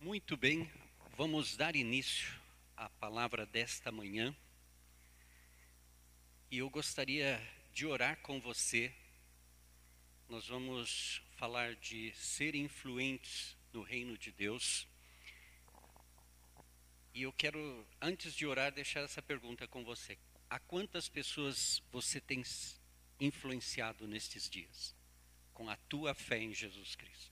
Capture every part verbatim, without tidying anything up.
Muito bem, vamos dar início à palavra desta manhã. E eu gostaria de orar com você. Nós vamos falar de ser influentes no reino de Deus. E eu quero, antes de orar, deixar essa pergunta com você. A quantas pessoas você tem influenciado nestes dias com a tua fé em Jesus Cristo?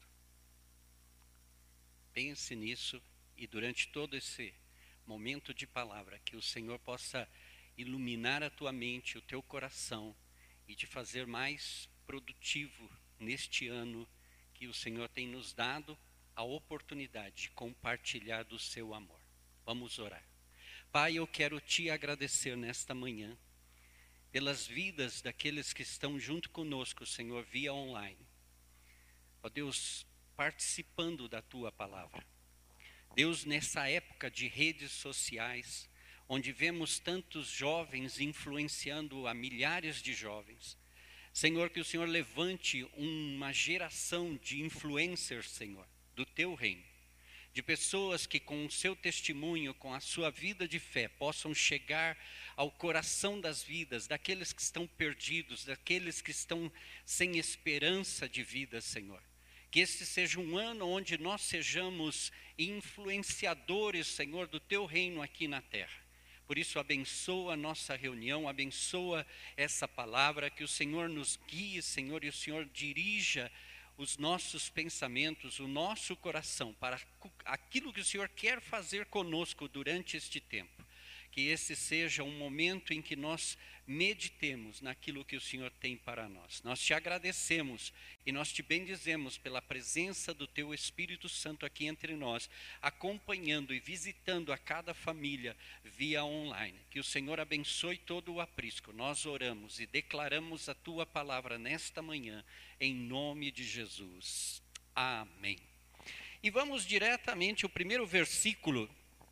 Pense nisso e durante todo esse momento de palavra, que o Senhor possa iluminar a tua mente, o teu coração e te fazer mais produtivo neste ano que o Senhor tem nos dado a oportunidade de compartilhar do seu amor. Vamos orar. Pai, eu quero te agradecer nesta manhã pelas vidas daqueles que estão junto conosco, Senhor, via online. Ó Deus, participando da tua palavra. Deus, nessa época de redes sociais, onde vemos tantos jovens influenciando a milhares de jovens, Senhor, que o Senhor levante uma geração de influencers, Senhor, do teu reino, de pessoas que com o seu testemunho, com a sua vida de fé, possam chegar ao coração das vidas, daqueles que estão perdidos, daqueles que estão sem esperança de vida, Senhor. Que este seja um ano onde nós sejamos influenciadores, Senhor, do teu reino aqui na terra. Por isso, abençoa a nossa reunião, abençoa essa palavra, que o Senhor nos guie, Senhor, e o Senhor dirija os nossos pensamentos, o nosso coração, para aquilo que o Senhor quer fazer conosco durante este tempo. Que esse seja um momento em que nós meditemos naquilo que o Senhor tem para nós. Nós te agradecemos e nós te bendizemos pela presença do teu Espírito Santo aqui entre nós, acompanhando e visitando a cada família via online. Que o Senhor abençoe todo o aprisco. Nós oramos e declaramos a tua palavra nesta manhã, em nome de Jesus. Amém. E vamos diretamente ao primeiro versículo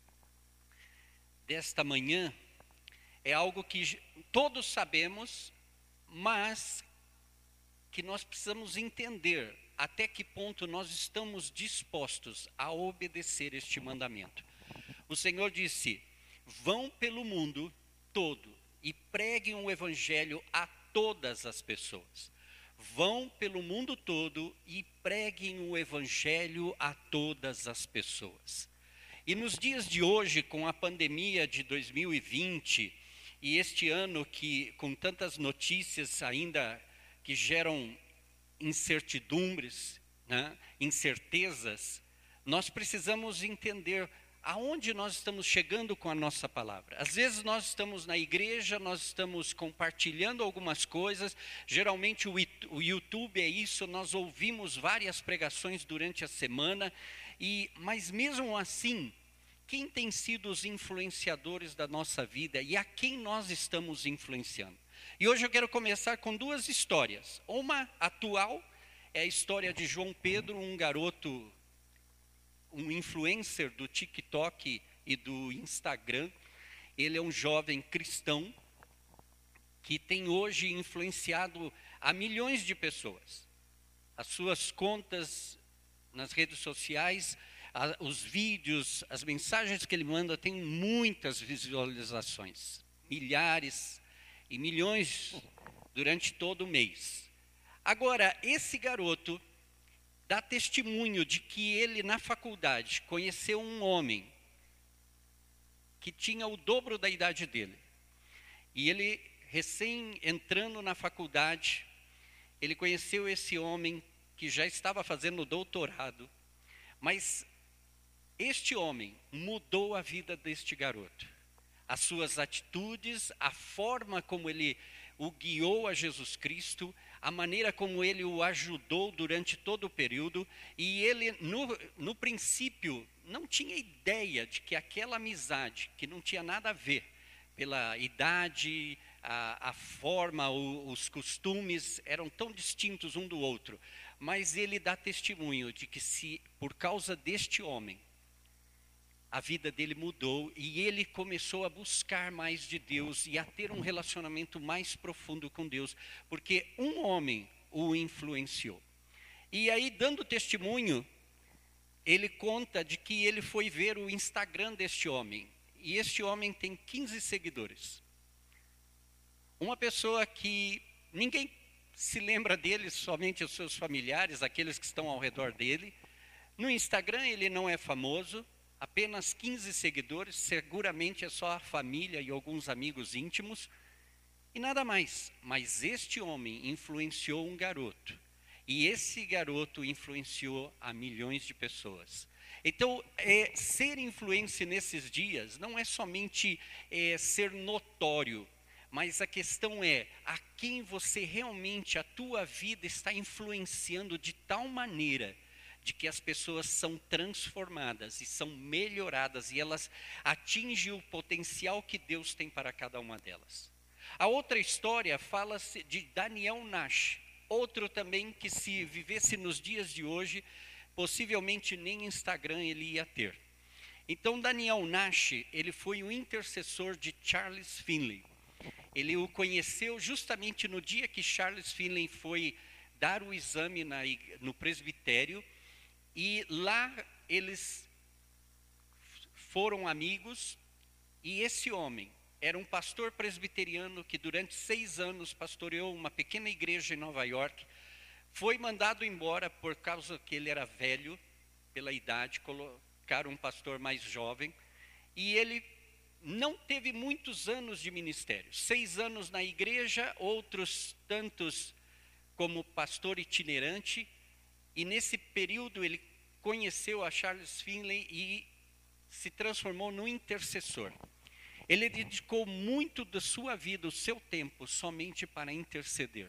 desta manhã. É algo que todos sabemos, mas que nós precisamos entender até que ponto nós estamos dispostos a obedecer este mandamento. O Senhor disse: vão pelo mundo todo e preguem o evangelho a todas as pessoas. Vão pelo mundo todo e preguem o evangelho a todas as pessoas. E nos dias de hoje, com a pandemia de dois mil e vinte, e este ano que com tantas notícias ainda que geram incertidumbres, né, incertezas, nós precisamos entender aonde nós estamos chegando com a nossa palavra. Às vezes nós estamos na igreja, nós estamos compartilhando algumas coisas, geralmente o YouTube é isso, nós ouvimos várias pregações durante a semana, e, mas mesmo assim, quem tem sido os influenciadores da nossa vida e a quem nós estamos influenciando? E hoje eu quero começar com duas histórias. Uma atual é a história de João Pedro, um garoto, um influencer do TikTok e do Instagram. Ele é um jovem cristão que tem hoje influenciado a milhões de pessoas. As suas contas nas redes sociais, a, os vídeos, as mensagens que ele manda têm muitas visualizações, milhares e milhões durante todo o mês. Agora, esse garoto dá testemunho de que ele na faculdade conheceu um homem que tinha o dobro da idade dele. E ele, recém entrando na faculdade, ele conheceu esse homem que já estava fazendo doutorado, mas este homem mudou a vida deste garoto. As suas atitudes, a forma como ele o guiou a Jesus Cristo, a maneira como ele o ajudou durante todo o período, e ele, no, no princípio, não tinha ideia de que aquela amizade, que não tinha nada a ver, pela idade, a, a forma, o, os costumes, eram tão distintos um do outro, mas ele dá testemunho de que se, por causa deste homem, a vida dele mudou e ele começou a buscar mais de Deus e a ter um relacionamento mais profundo com Deus, porque um homem o influenciou. E aí, dando testemunho, ele conta de que ele foi ver o Instagram deste homem. E este homem tem quinze seguidores. Uma pessoa que ninguém se lembra dele, somente os seus familiares, aqueles que estão ao redor dele. No Instagram ele não é famoso, apenas quinze seguidores, seguramente é só a família e alguns amigos íntimos, e nada mais. Mas este homem influenciou um garoto, e esse garoto influenciou a milhões de pessoas. Então, é, ser influência nesses dias não é somente é, ser notório, mas a questão é a quem você realmente, a tua vida está influenciando de tal maneira de que as pessoas são transformadas e são melhoradas e elas atingem o potencial que Deus tem para cada uma delas. A outra história fala-se de Daniel Nash, outro também que, se vivesse nos dias de hoje, possivelmente nem Instagram ele ia ter. Então Daniel Nash, ele foi o intercessor de Charles Finney. Ele o conheceu justamente no dia que Charles Finney foi dar o exame na, no presbitério, e lá eles foram amigos, e esse homem era um pastor presbiteriano que durante seis anos pastoreou uma pequena igreja em Nova York, foi mandado embora por causa que ele era velho, pela idade, colocaram um pastor mais jovem, e ele não teve muitos anos de ministério, seis anos na igreja, outros tantos como pastor itinerante, e nesse período ele conheceu a Charles Finney e se transformou no intercessor. Ele dedicou muito da sua vida, o seu tempo, somente para interceder.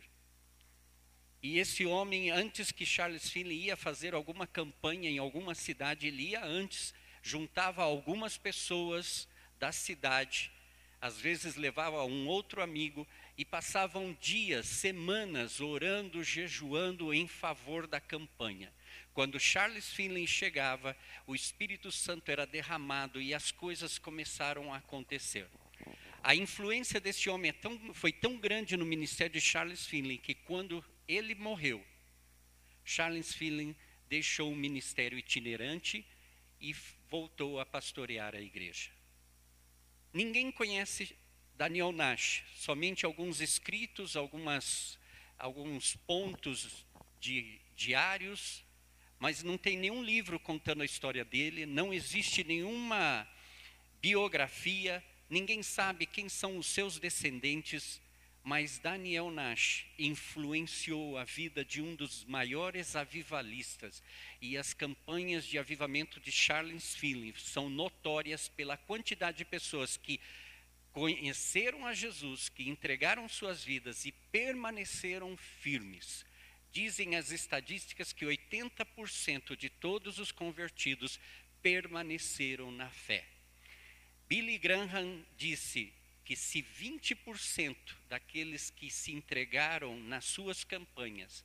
E esse homem, antes que Charles Finney ia fazer alguma campanha em alguma cidade, ele ia antes, juntava algumas pessoas da cidade, às vezes levava um outro amigo e passavam dias, semanas orando, jejuando em favor da campanha. Quando Charles Finney chegava, o Espírito Santo era derramado e as coisas começaram a acontecer. A influência desse homem é tão, foi tão grande no ministério de Charles Finney que quando ele morreu, Charles Finney deixou o ministério itinerante e voltou a pastorear a igreja. Ninguém conhece Daniel Nash, somente alguns escritos, algumas, alguns pontos de diários, mas não tem nenhum livro contando a história dele, não existe nenhuma biografia, ninguém sabe quem são os seus descendentes, mas Daniel Nash influenciou a vida de um dos maiores avivalistas, e as campanhas de avivamento de Charles Finney são notórias pela quantidade de pessoas que conheceram a Jesus, que entregaram suas vidas e permaneceram firmes. Dizem as estatísticas que oitenta por cento de todos os convertidos permaneceram na fé. Billy Graham disse que se vinte por cento daqueles que se entregaram nas suas campanhas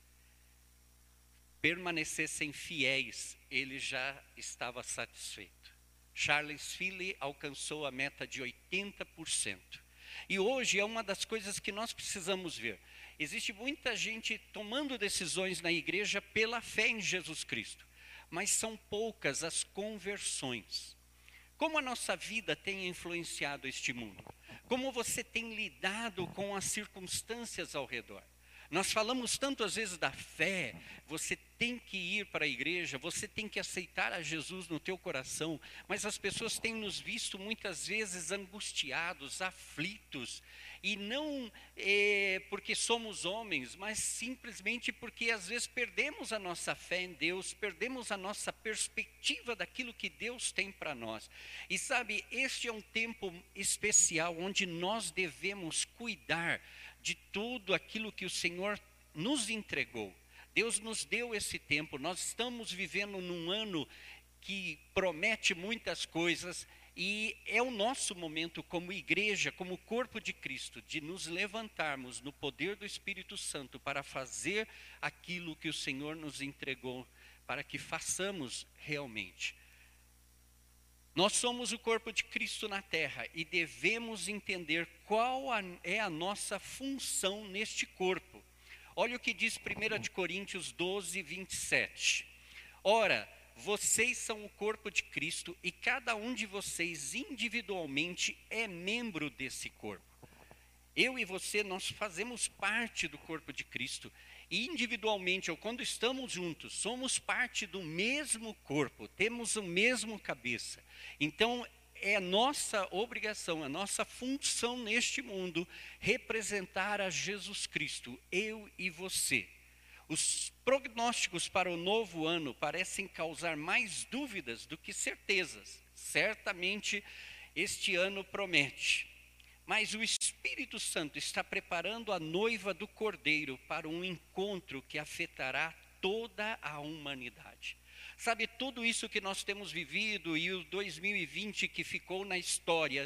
permanecessem fiéis, ele já estava satisfeito. Charles Finney alcançou a meta de oitenta por cento. E hoje é uma das coisas que nós precisamos ver. Existe muita gente tomando decisões na igreja pela fé em Jesus Cristo, mas são poucas as conversões. Como a nossa vida tem influenciado este mundo? Como você tem lidado com as circunstâncias ao redor? Nós falamos tanto às vezes da fé, você tem que ir para a igreja, você tem que aceitar a Jesus no teu coração, mas as pessoas têm nos visto muitas vezes angustiados, aflitos, e não é, porque somos homens, mas simplesmente porque às vezes perdemos a nossa fé em Deus, perdemos a nossa perspectiva daquilo que Deus tem para nós. E sabe, este é um tempo especial onde nós devemos cuidar de tudo aquilo que o Senhor nos entregou. Deus nos deu esse tempo, nós estamos vivendo num ano que promete muitas coisas, e é o nosso momento como igreja, como corpo de Cristo, de nos levantarmos no poder do Espírito Santo para fazer aquilo que o Senhor nos entregou, para que façamos realmente. Nós somos o corpo de Cristo na terra e devemos entender qual é a nossa função neste corpo. Olha o que diz primeira Coríntios doze, vinte e sete. Ora, vocês são o corpo de Cristo e cada um de vocês individualmente é membro desse corpo. Eu e você, nós fazemos parte do corpo de Cristo. E individualmente, ou quando estamos juntos, somos parte do mesmo corpo, temos o mesmo cabeça. Então, é nossa obrigação, a nossa função neste mundo, representar a Jesus Cristo, eu e você. Os prognósticos para o novo ano parecem causar mais dúvidas do que certezas. Certamente, este ano promete. Mas o Espírito Santo está preparando a noiva do Cordeiro para um encontro que afetará toda a humanidade. Sabe, tudo isso que nós temos vivido e o dois mil e vinte que ficou na história,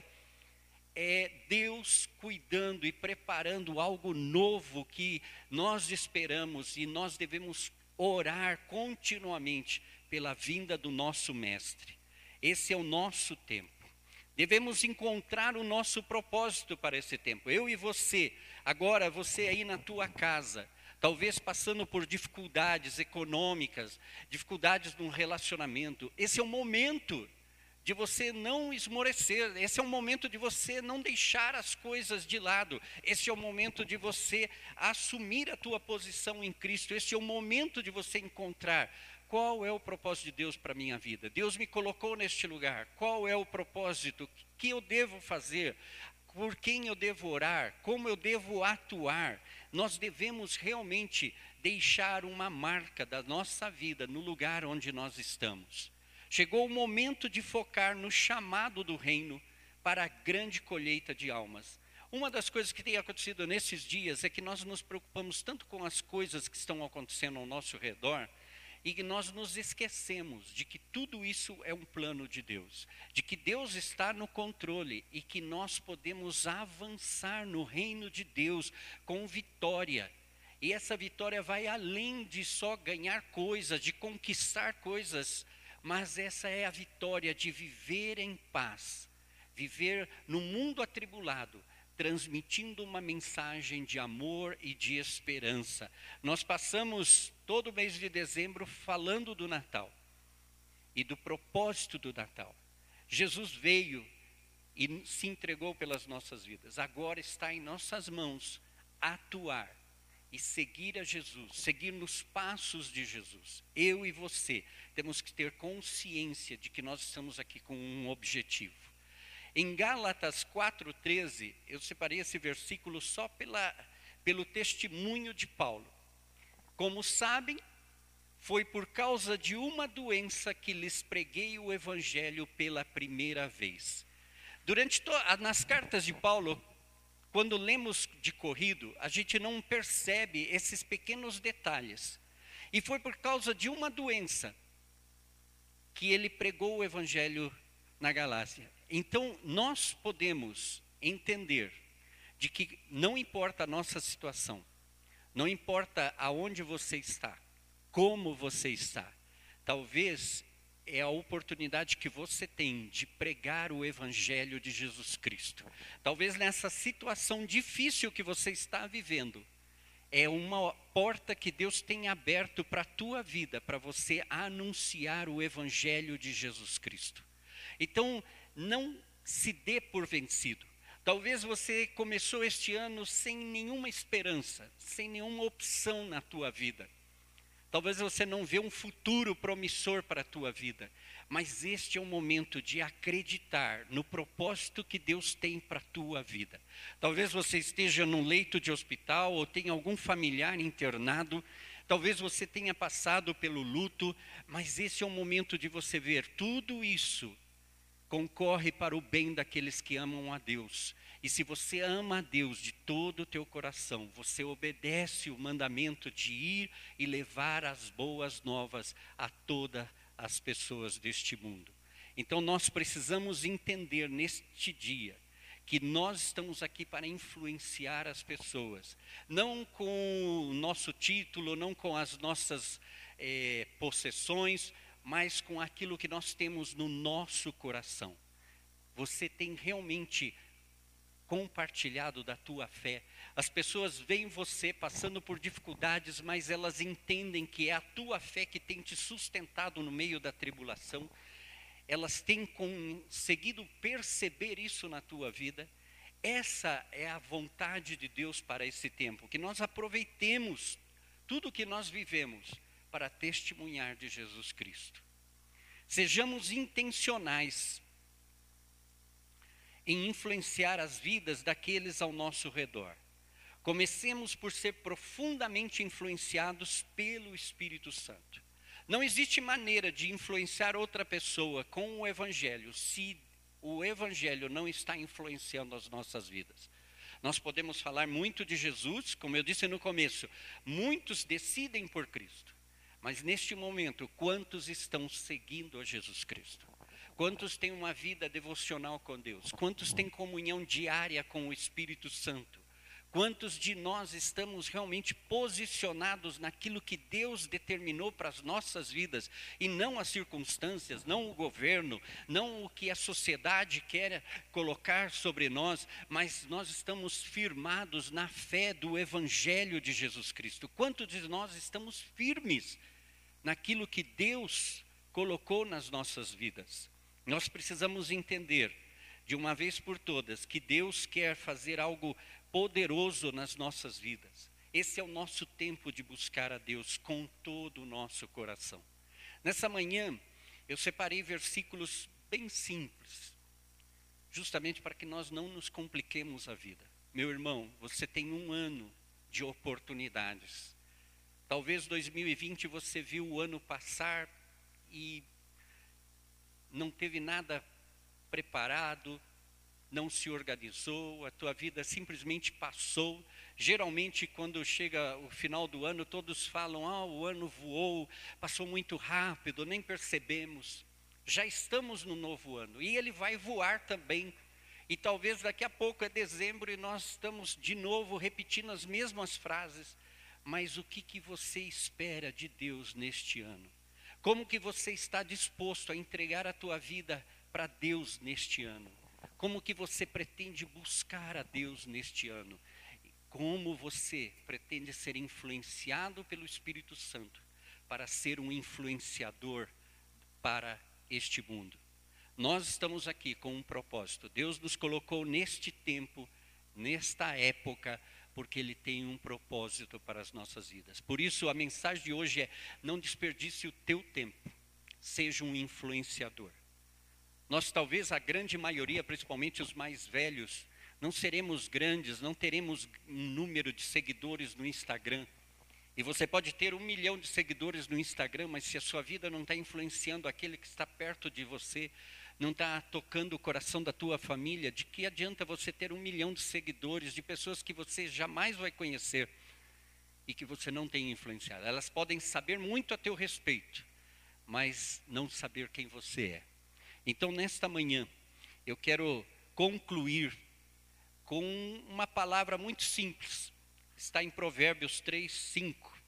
é Deus cuidando e preparando algo novo que nós esperamos e nós devemos orar continuamente pela vinda do nosso Mestre. Esse é o nosso tempo. Devemos encontrar o nosso propósito para esse tempo. Eu e você, agora você aí na tua casa, talvez passando por dificuldades econômicas, dificuldades no relacionamento. Esse é o momento de você não esmorecer, esse é o momento de você não deixar as coisas de lado, esse é o momento de você assumir a tua posição em Cristo, esse é o momento de você encontrar qual é o propósito de Deus para a minha vida. Deus me colocou neste lugar, qual é o propósito, que eu devo fazer, por quem eu devo orar, como eu devo atuar. Nós devemos realmente deixar uma marca da nossa vida no lugar onde nós estamos. Chegou o momento de focar no chamado do reino para a grande colheita de almas. Uma das coisas que tem acontecido nesses dias é que nós nos preocupamos tanto com as coisas que estão acontecendo ao nosso redor, e que nós nos esquecemos de que tudo isso é um plano de Deus, de que Deus está no controle e que nós podemos avançar no reino de Deus com vitória. E essa vitória vai além de só ganhar coisas, de conquistar coisas, mas essa é a vitória de viver em paz, viver no mundo atribulado, transmitindo uma mensagem de amor e de esperança. Nós passamos todo o mês de dezembro falando do Natal e do propósito do Natal. Jesus veio e se entregou pelas nossas vidas. Agora está em nossas mãos atuar e seguir a Jesus, seguir nos passos de Jesus. Eu e você temos que ter consciência de que nós estamos aqui com um objetivo. Em Gálatas quatro, treze, eu separei esse versículo só pela, pelo testemunho de Paulo. Como sabem, foi por causa de uma doença que lhes preguei o evangelho pela primeira vez. Durante to- nas cartas de Paulo, quando lemos de corrido, a gente não percebe esses pequenos detalhes. E foi por causa de uma doença que ele pregou o evangelho na Galácia. Então, nós podemos entender de que não importa a nossa situação, não importa aonde você está, como você está, talvez é a oportunidade que você tem de pregar o evangelho de Jesus Cristo. Talvez nessa situação difícil que você está vivendo, é uma porta que Deus tem aberto para a tua vida, para você anunciar o evangelho de Jesus Cristo. Então, não se dê por vencido. Talvez você começou este ano sem nenhuma esperança, sem nenhuma opção na tua vida. Talvez você não vê um futuro promissor para a tua vida, mas este é o momento de acreditar no propósito que Deus tem para a tua vida. Talvez você esteja num leito de hospital ou tenha algum familiar internado, talvez você tenha passado pelo luto, mas esse é o momento de você ver tudo isso concorre para o bem daqueles que amam a Deus. E se você ama a Deus de todo o teu coração, você obedece o mandamento de ir e levar as boas novas a todas as pessoas deste mundo. Então nós precisamos entender neste dia que nós estamos aqui para influenciar as pessoas, não com o nosso título, não com as nossas eh, possessões, mas com aquilo que nós temos no nosso coração. Você tem realmente compartilhado da tua fé. As pessoas veem você passando por dificuldades, mas elas entendem que é a tua fé que tem te sustentado no meio da tribulação. Elas têm conseguido perceber isso na tua vida. Essa é a vontade de Deus para esse tempo, que nós aproveitemos tudo que nós vivemos para testemunhar de Jesus Cristo. Sejamos intencionais em influenciar as vidas daqueles ao nosso redor. Comecemos por ser profundamente influenciados pelo Espírito Santo. Não existe maneira de influenciar outra pessoa com o Evangelho se o Evangelho não está influenciando as nossas vidas. Nós podemos falar muito de Jesus, como eu disse no começo, muitos decidem por Cristo. Mas neste momento, quantos estão seguindo a Jesus Cristo? Quantos têm uma vida devocional com Deus? Quantos têm comunhão diária com o Espírito Santo? Quantos de nós estamos realmente posicionados naquilo que Deus determinou para as nossas vidas e não as circunstâncias, não o governo, não o que a sociedade quer colocar sobre nós, mas nós estamos firmados na fé do Evangelho de Jesus Cristo? Quantos de nós estamos firmes naquilo que Deus colocou nas nossas vidas? Nós precisamos entender, de uma vez por todas, que Deus quer fazer algo poderoso nas nossas vidas. Esse é o nosso tempo de buscar a Deus com todo o nosso coração. Nessa manhã, eu separei versículos bem simples, justamente para que nós não nos compliquemos a vida. Meu irmão, você tem um ano de oportunidades. Talvez dois mil e vinte você viu o ano passar e não teve nada preparado, não se organizou, a tua vida simplesmente passou. Geralmente, quando chega o final do ano, todos falam, ah, o ano voou, passou muito rápido, nem percebemos. Já estamos no novo ano, e ele vai voar também. E talvez daqui a pouco é dezembro e nós estamos de novo repetindo as mesmas frases. Mas o que, que você espera de Deus neste ano? Como que você está disposto a entregar a tua vida para Deus neste ano? Como que você pretende buscar a Deus neste ano? Como você pretende ser influenciado pelo Espírito Santo para ser um influenciador para este mundo? Nós estamos aqui com um propósito. Deus nos colocou neste tempo, nesta época, porque Ele tem um propósito para as nossas vidas. Por isso a mensagem de hoje é: não desperdice o teu tempo, seja um influenciador. Nós talvez a grande maioria, principalmente os mais velhos, não seremos grandes, não teremos um número de seguidores no Instagram. E você pode ter um milhão de seguidores no Instagram, mas se a sua vida não está influenciando aquele que está perto de você, não está tocando o coração da tua família, de que adianta você ter um milhão de seguidores, de pessoas que você jamais vai conhecer e que você não tem influenciado? Elas podem saber muito a teu respeito, mas não saber quem você é. Então, nesta manhã, eu quero concluir com uma palavra muito simples. Está em Provérbios três, cinco.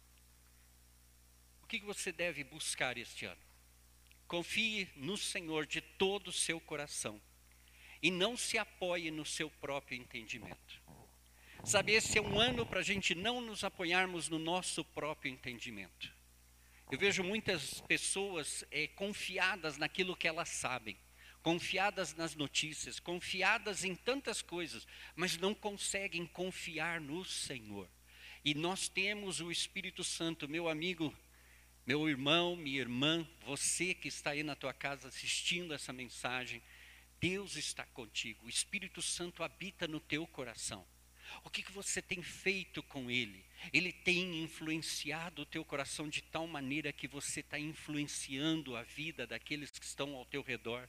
O que você deve buscar este ano? Confie no Senhor de todo o seu coração e não se apoie no seu próprio entendimento. Sabe, esse é um ano para a gente não nos apoiarmos no nosso próprio entendimento. Eu vejo muitas pessoas é, confiadas naquilo que elas sabem, confiadas nas notícias, confiadas em tantas coisas, mas não conseguem confiar no Senhor. E nós temos o Espírito Santo, meu amigo, meu irmão, minha irmã, você que está aí na tua casa assistindo essa mensagem, Deus está contigo, o Espírito Santo habita no teu coração. O que, que você tem feito com Ele? Ele tem influenciado o teu coração de tal maneira que você está influenciando a vida daqueles que estão ao teu redor.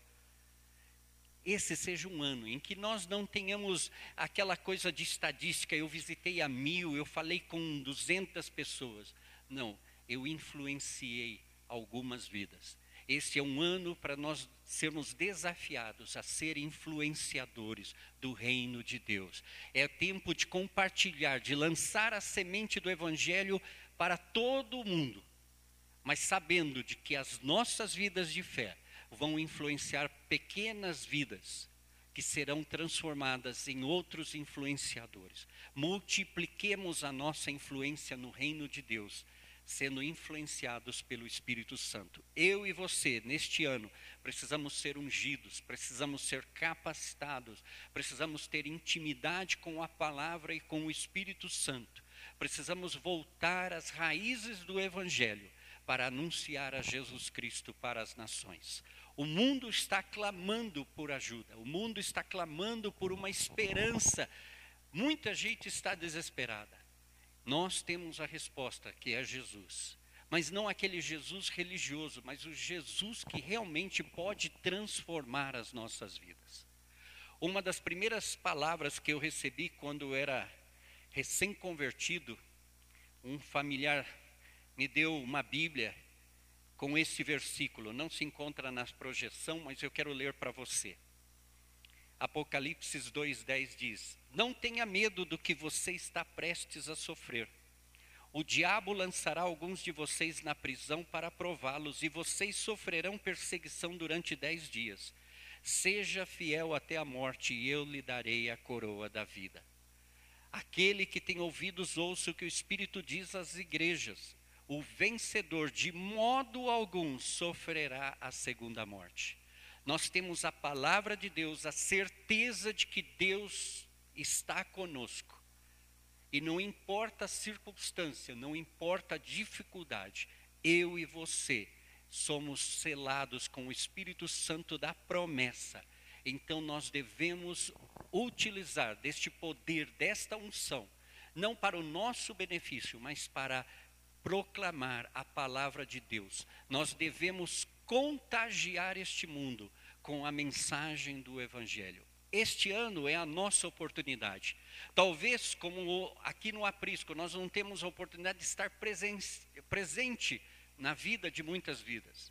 Esse seja um ano em que nós não tenhamos aquela coisa de estatística, eu visitei a mil, eu falei com duzentas pessoas. Não, eu influenciei algumas vidas. Esse é um ano para nós sermos desafiados a ser influenciadores do reino de Deus. É tempo de compartilhar, de lançar a semente do Evangelho para todo o mundo, mas sabendo de que as nossas vidas de fé vão influenciar pequenas vidas que serão transformadas em outros influenciadores. Multipliquemos a nossa influência no reino de Deus, sendo influenciados pelo Espírito Santo. Eu e você, neste ano, precisamos ser ungidos, precisamos ser capacitados, precisamos ter intimidade com a palavra e com o Espírito Santo. Precisamos voltar às raízes do Evangelho para anunciar a Jesus Cristo para as nações. O mundo está clamando por ajuda, o mundo está clamando por uma esperança. Muita gente está desesperada. Nós temos a resposta, que é Jesus. Mas não aquele Jesus religioso, mas o Jesus que realmente pode transformar as nossas vidas. Uma das primeiras palavras que eu recebi quando eu era recém-convertido, um familiar me deu uma Bíblia com esse versículo. Não se encontra na projeção, mas eu quero ler para você. Apocalipse dois, dez diz: não tenha medo do que você está prestes a sofrer. O diabo lançará alguns de vocês na prisão para prová-los, e vocês sofrerão perseguição durante dez dias. Seja fiel até a morte, e eu lhe darei a coroa da vida. Aquele que tem ouvidos, ouça o que o Espírito diz às igrejas. O vencedor de modo algum sofrerá a segunda morte. Nós temos a palavra de Deus, a certeza de que Deus está conosco. E não importa a circunstância, não importa a dificuldade, eu e você somos selados com o Espírito Santo da promessa. Então nós devemos utilizar deste poder, desta unção, não para o nosso benefício, mas para proclamar a palavra de Deus. Nós devemos contagiar este mundo com a mensagem do Evangelho. Este ano é a nossa oportunidade. Talvez, como aqui no Aprisco, nós não temos a oportunidade de estar presente, presente na vida de muitas vidas.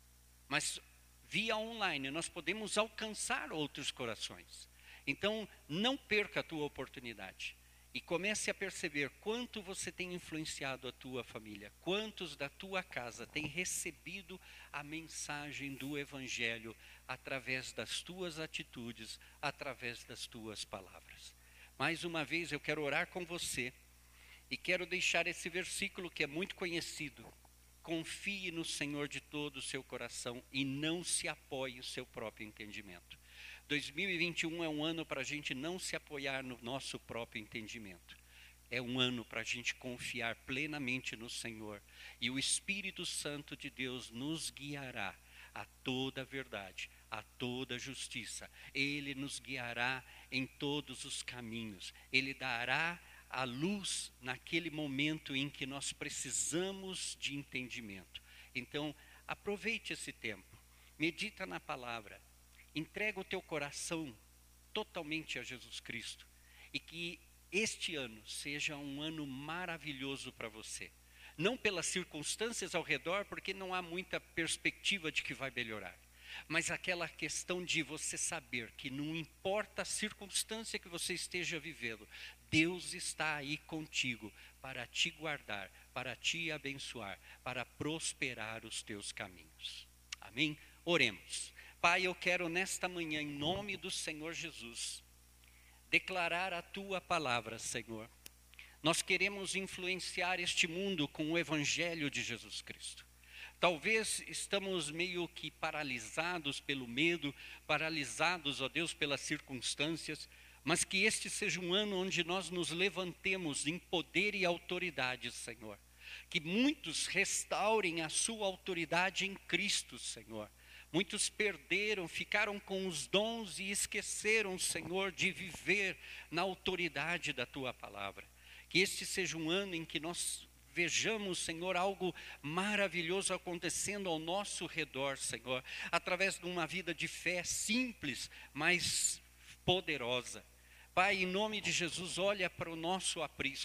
Mas via online nós podemos alcançar outros corações. Então, não perca a tua oportunidade. E comece a perceber quanto você tem influenciado a tua família, quantos da tua casa têm recebido a mensagem do Evangelho através das tuas atitudes, através das tuas palavras. Mais uma vez eu quero orar com você e quero deixar esse versículo que é muito conhecido. Confie no Senhor de todo o seu coração e não se apoie no seu próprio entendimento. dois mil e vinte e um é um ano para a gente não se apoiar no nosso próprio entendimento. É um ano para a gente confiar plenamente no Senhor. E o Espírito Santo de Deus nos guiará a toda a verdade, a toda a justiça. Ele nos guiará em todos os caminhos. Ele dará a luz naquele momento em que nós precisamos de entendimento. Então, aproveite esse tempo. Medita na palavra. Entrega o teu coração totalmente a Jesus Cristo e que este ano seja um ano maravilhoso para você. Não pelas circunstâncias ao redor, porque não há muita perspectiva de que vai melhorar. Mas aquela questão de você saber que não importa a circunstância que você esteja vivendo, Deus está aí contigo para te guardar, para te abençoar, para prosperar os teus caminhos. Amém? Oremos. Pai, eu quero nesta manhã, em nome do Senhor Jesus, declarar a Tua palavra, Senhor. Nós queremos influenciar este mundo com o Evangelho de Jesus Cristo. Talvez estamos meio que paralisados pelo medo, paralisados, ó Deus, pelas circunstâncias, mas que este seja um ano onde nós nos levantemos em poder e autoridade, Senhor. Que muitos restaurem a sua autoridade em Cristo, Senhor. Muitos perderam, ficaram com os dons e esqueceram, Senhor, de viver na autoridade da Tua palavra. Que este seja um ano em que nós vejamos, Senhor, algo maravilhoso acontecendo ao nosso redor, Senhor, através de uma vida de fé simples, mas poderosa. Pai, em nome de Jesus, olha para o nosso aprisco.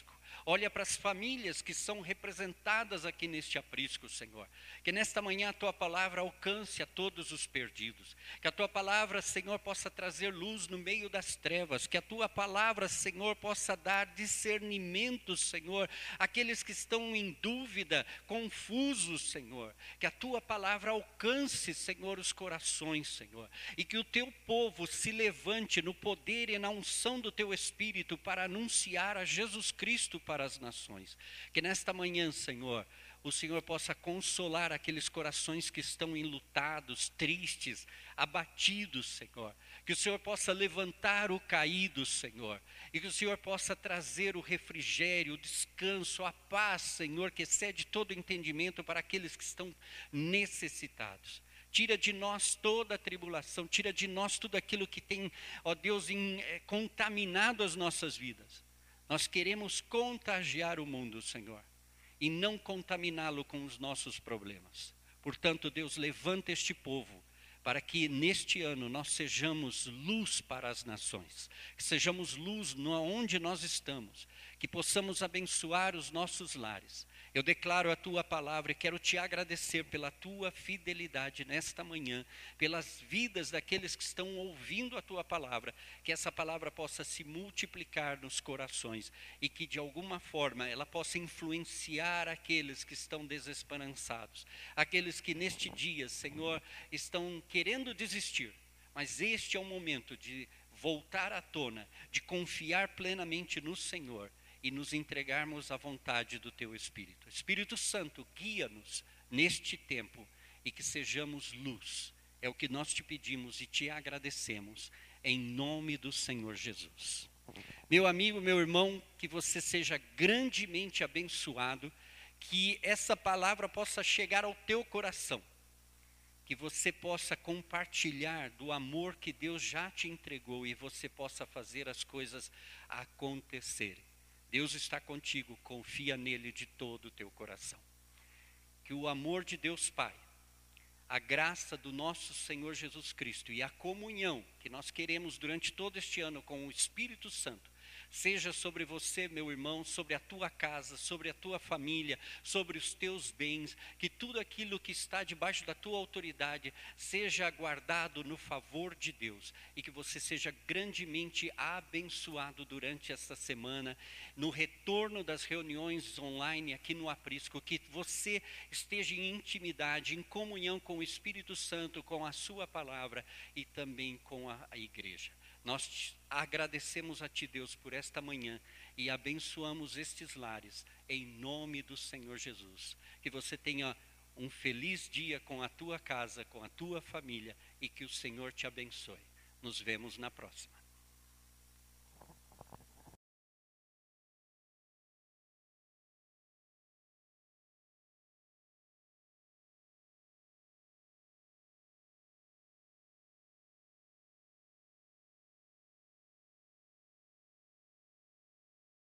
Olha para as famílias que são representadas aqui neste aprisco, Senhor. Que nesta manhã a Tua palavra alcance a todos os perdidos. Que a Tua palavra, Senhor, possa trazer luz no meio das trevas. Que a Tua palavra, Senhor, possa dar discernimento, Senhor, àqueles que estão em dúvida, confusos, Senhor. Que a Tua palavra alcance, Senhor, os corações, Senhor. E que o Teu povo se levante no poder e na unção do Teu Espírito para anunciar a Jesus Cristo para as nações. Que nesta manhã, Senhor, o Senhor possa consolar aqueles corações que estão enlutados, tristes, abatidos, Senhor. Que o Senhor possa levantar o caído, Senhor. E que o Senhor possa trazer o refrigério, o descanso, a paz, Senhor, que excede todo entendimento para aqueles que estão necessitados. Tira de nós toda a tribulação, tira de nós tudo aquilo que tem, ó Deus, em, é, contaminado as nossas vidas. Nós queremos contagiar o mundo, Senhor, e não contaminá-lo com os nossos problemas. Portanto, Deus, levanta este povo, para que neste ano nós sejamos luz para as nações, que sejamos luz onde nós estamos, que possamos abençoar os nossos lares. Eu declaro a Tua palavra e quero Te agradecer pela Tua fidelidade nesta manhã, pelas vidas daqueles que estão ouvindo a Tua palavra, que essa palavra possa se multiplicar nos corações e que de alguma forma ela possa influenciar aqueles que estão desesperançados, aqueles que neste dia, Senhor, estão querendo desistir, mas este é o momento de voltar à tona, de confiar plenamente no Senhor e nos entregarmos à vontade do Teu Espírito. Espírito Santo, guia-nos neste tempo e que sejamos luz. É o que nós Te pedimos e Te agradecemos, em nome do Senhor Jesus. Meu amigo, meu irmão, que você seja grandemente abençoado, que essa palavra possa chegar ao teu coração, que você possa compartilhar do amor que Deus já te entregou e você possa fazer as coisas acontecerem. Deus está contigo, confia nele de todo o teu coração. Que o amor de Deus Pai, a graça do nosso Senhor Jesus Cristo e a comunhão que nós queremos durante todo este ano com o Espírito Santo, seja sobre você, meu irmão, sobre a tua casa, sobre a tua família, sobre os teus bens, que tudo aquilo que está debaixo da tua autoridade seja guardado no favor de Deus e que você seja grandemente abençoado durante esta semana, no retorno das reuniões online aqui no Aprisco, que você esteja em intimidade, em comunhão com o Espírito Santo, com a sua palavra e também com a, a igreja. Nós agradecemos a Ti, Deus, por esta manhã e abençoamos estes lares, em nome do Senhor Jesus. Que você tenha um feliz dia com a tua casa, com a tua família e que o Senhor te abençoe. Nos vemos na próxima.